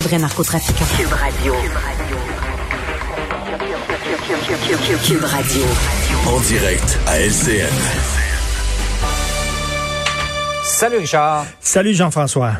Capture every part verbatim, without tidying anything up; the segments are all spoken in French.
vrais narcotrafiquants. Cube Radio. Cube Radio. En direct à L C N. Salut Richard. Salut Jean-François.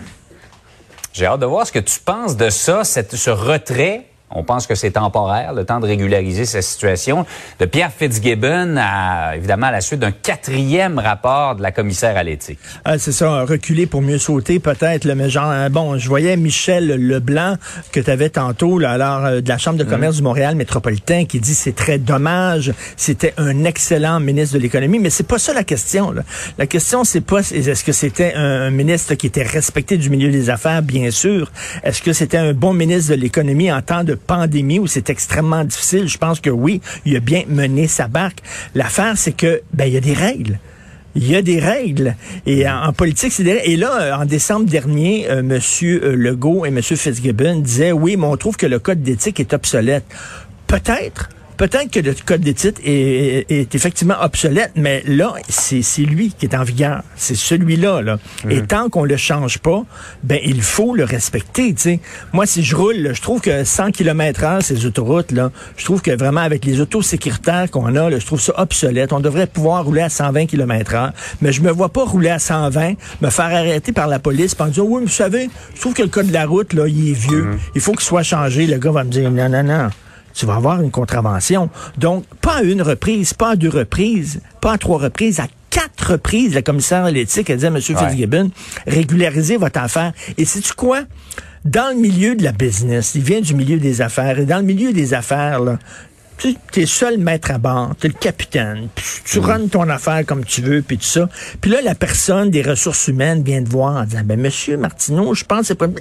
J'ai hâte de voir ce que tu penses de ça, cette, ce retrait. On pense que c'est temporaire, le temps de régulariser cette situation, de Pierre Fitzgibbon, à, évidemment, à la suite d'un quatrième rapport de la commissaire à l'éthique. Ah, c'est ça, reculer pour mieux sauter, peut-être. Là, mais genre, bon, je voyais Michel Leblanc, que tu avais tantôt, là, alors, euh, de la Chambre de commerce mmh. du Montréal métropolitain, qui dit c'est très dommage, c'était un excellent ministre de l'économie, mais c'est pas ça la question. Là. La question, c'est pas, est-ce que c'était un, un ministre qui était respecté du milieu des affaires, bien sûr. Est-ce que c'était un bon ministre de l'économie en temps de pandémie où c'est extrêmement difficile? Je pense que oui, il a bien mené sa barque. L'affaire, c'est que, ben, il y a des règles. Il y a des règles. Et en, en politique, c'est des règles. Et là, en décembre dernier, euh, M. Legault et M. Fitzgibbon disaient, oui, mais on trouve que le code d'éthique est obsolète. Peut-être. Peut-être que le code d'éthique est, est, est effectivement obsolète, mais là, c'est, c'est lui qui est en vigueur. C'est celui-là, là. Mmh. Et tant qu'on le change pas, ben, il faut le respecter, tu sais. Moi, si je roule, là, je trouve que cent kilomètres heure, ces autoroutes, là, je trouve que vraiment, avec les autos sécuritaires qu'on a, là, je trouve ça obsolète. On devrait pouvoir rouler à cent vingt kilomètres heure, mais je me vois pas rouler à cent vingt, me faire arrêter par la police, en disant, oui, mais vous savez, je trouve que le code de la route, là, il est vieux. Mmh. Il faut qu'il soit changé. Le gars va me dire, non, non, non. Tu vas avoir une contravention. Donc, pas à une reprise, pas à deux reprises, pas à trois reprises, à quatre reprises, la commissaire à l'éthique a dit à M. Fitzgibbon, ouais. régularisez votre affaire. Et sais-tu quoi? Dans le milieu de la business, il vient du milieu des affaires, et dans le milieu des affaires, là, tu es seul maître à bord, tu es le capitaine, tu mmh. runs ton affaire comme tu veux, puis tout ça. Puis là, la personne des ressources humaines vient te voir en disant, ben, Monsieur Martineau, je pense que c'est pas...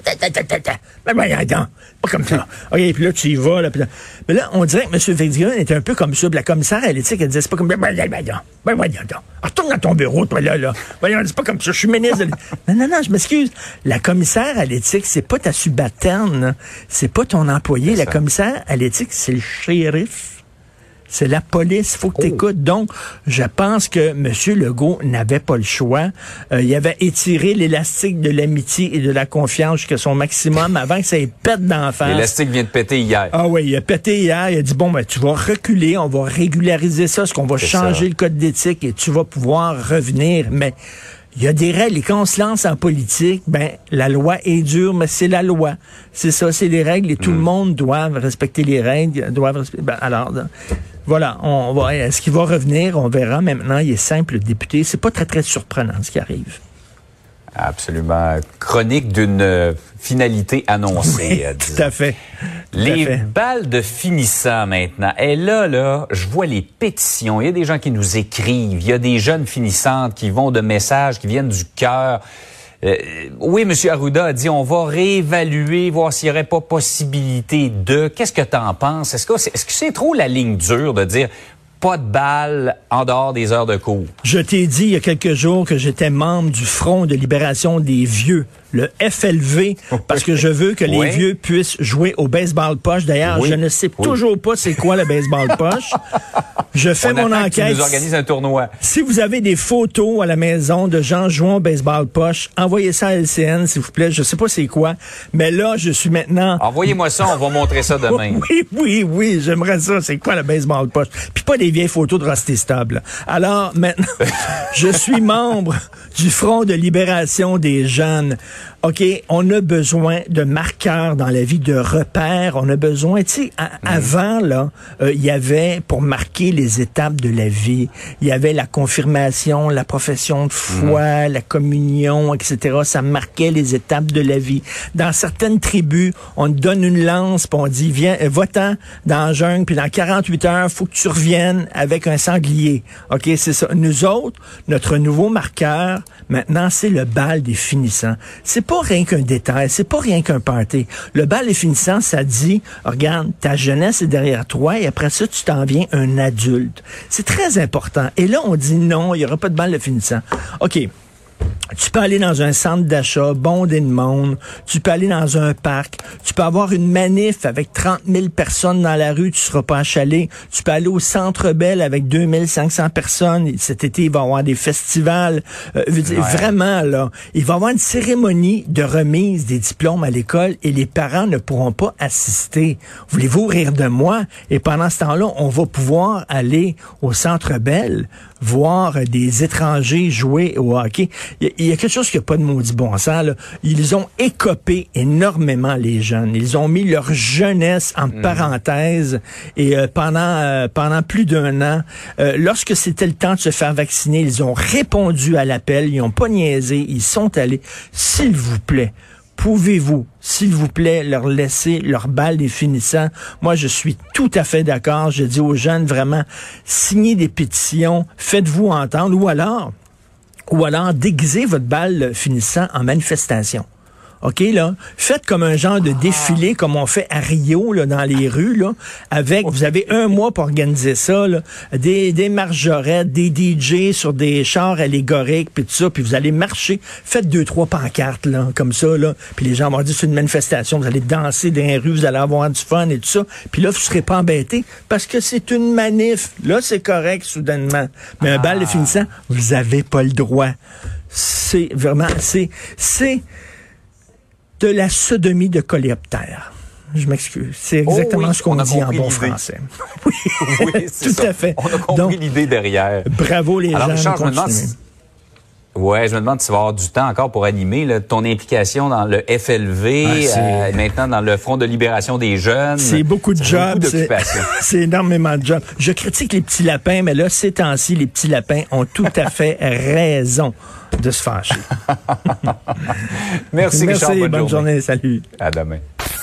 Ben, voyons donc, pas comme ça. OK, puis là, tu y vas, là, puis là. Mais là, on dirait que M. Fitzgibbon était un peu comme ça, puis la commissaire à l'éthique, elle disait, c'est pas comme... Ben, voyons donc, ben, voyons donc. Retourne dans ton bureau, toi, là, là. Voyons, c'est pas comme ça, je suis ministre de... Non, non, non, je m'excuse. La commissaire à l'éthique, c'est pas ta subalterne, c'est pas ton employé. La commissaire à l'éthique, c'est le shérif. C'est la police, faut que tu écoutes. Oh. Donc, je pense que M. Legault n'avait pas le choix. Euh, il avait étiré l'élastique de l'amitié et de la confiance jusqu'à son maximum avant que ça ait pète d'en face. L'élastique vient de péter hier. Ah oui, il a pété hier. Il a dit, bon, ben, tu vas reculer, on va régulariser ça, parce qu'on va C'est changer ça. le code d'éthique et tu vas pouvoir revenir. Mais il y a des règles. Et quand on se lance en politique, ben, la loi est dure, mais c'est la loi. C'est ça, c'est des règles et tout mmh. le monde doit respecter les règles. Doivent respecter... Ben, alors... Voilà, on va, est-ce qu'il va revenir? On verra. Maintenant, il est simple député. C'est pas très, très surprenant ce qui arrive. Absolument. Chronique d'une euh, finalité annoncée. Oui, tout à fait. Tout les à fait. balles de finissants maintenant. Et là, là, je vois les pétitions. Il y a des gens qui nous écrivent. Il y a des jeunes finissantes qui vont de messages qui viennent du cœur. Euh, oui, M. Arruda a dit on va réévaluer, voir s'il n'y aurait pas possibilité de... Qu'est-ce que tu en penses? Est-ce que c'est, est-ce que c'est trop la ligne dure de dire pas de balles en dehors des heures de cours? Je t'ai dit il y a quelques jours que j'étais membre du Front de libération des vieux, le F L V, parce que je veux que les oui. vieux puissent jouer au baseball poche. D'ailleurs, oui. je ne sais oui. toujours pas c'est quoi le baseball poche. Je fais On mon enquête. Que tu nous organises un tournoi. Si vous avez des photos à la maison de gens jouant au baseball poche, envoyez ça à L C N, s'il vous plaît. Je sais pas c'est quoi, mais là, je suis maintenant... Envoyez-moi ça, on va montrer ça demain. Oui, oui, oui, j'aimerais ça. C'est quoi le baseball poche? Puis pas des vieilles photos de Rusty Stable. Alors, maintenant, je suis membre du Front de libération des jeunes. OK, on a besoin de marqueurs dans la vie, de repères. On a besoin, tu sais, mmh. avant, là, euh, il y avait, pour marquer les étapes de la vie, il y avait la confirmation, la profession de foi, mmh. la communion, et cetera. Ça marquait les étapes de la vie. Dans certaines tribus, on te donne une lance, puis on dit, viens, euh, va-t'en dans la jungle, puis dans quarante-huit heures, faut que tu reviennes avec un sanglier. OK, c'est ça. Nous autres, notre nouveau marqueur, maintenant, c'est le bal des finissants. C'est pas rien qu'un détail, c'est pas rien qu'un party. Le bal des finissants, ça dit, regarde, ta jeunesse est derrière toi et après ça, tu t'en viens un adulte. C'est très important. Et là, on dit non, il n'y aura pas de bal de finissants. OK. Tu peux aller dans un centre d'achat, bondé de monde. Tu peux aller dans un parc. Tu peux avoir une manif avec trente mille personnes dans la rue. Tu seras pas achalé. Tu peux aller au Centre Bell avec deux mille cinq cents personnes. Cet été, il va y avoir des festivals. Euh, je veux dire, ouais. Vraiment, là, il va y avoir une cérémonie de remise des diplômes à l'école et les parents ne pourront pas assister. Voulez-vous rire de moi? Et pendant ce temps-là, on va pouvoir aller au Centre Bell voir des étrangers jouer au hockey. Il y, y a quelque chose qui n'a pas de maudit bon sens, là. Ils ont écopé énormément les jeunes. Ils ont mis leur jeunesse en mmh. parenthèse et euh, pendant euh, pendant plus d'un an, euh, lorsque c'était le temps de se faire vacciner, ils ont répondu à l'appel, ils n'ont pas niaisé, ils sont allés. S'il vous plaît, pouvez-vous, s'il vous plaît, leur laisser leur balle des finissants? Moi, je suis tout à fait d'accord. Je dis aux jeunes, vraiment, signez des pétitions, faites-vous entendre, ou alors, ou alors, déguisez votre balle finissant en manifestation. OK, là, faites comme un genre de défilé, comme on fait à Rio, là, dans les rues, là, avec, vous avez un mois pour organiser ça, là, des, des margerettes, des D J sur des chars allégoriques, puis tout ça, puis vous allez marcher, faites deux, trois pancartes, là, comme ça, là, puis les gens vont dire c'est une manifestation, vous allez danser dans les rues, vous allez avoir du fun et tout ça, puis là, vous serez pas embêtés, parce que c'est une manif. Là, c'est correct, soudainement. Mais ah. un bal de finissant, vous avez pas le droit. C'est vraiment, c'est, c'est, de la sodomie de coléoptère. Je m'excuse. C'est exactement oh oui, ce qu'on dit en bon l'idée. Français. Oui, oui c'est tout ça. À fait. On a compris Donc, l'idée derrière. Bravo les Alors, gens. Richard, je me demande si... Ouais, je me demande si tu vas avoir du temps encore pour animer là, ton implication dans le F L V, ah, euh, maintenant dans le Front de libération des jeunes. C'est beaucoup de jobs. C'est, c'est énormément de jobs. Je critique les petits lapins, mais là, ces temps-ci, les petits lapins ont tout à fait raison de se fâcher. Merci, Merci, Richard. Bonne, bonne journée. journée. Salut. À demain.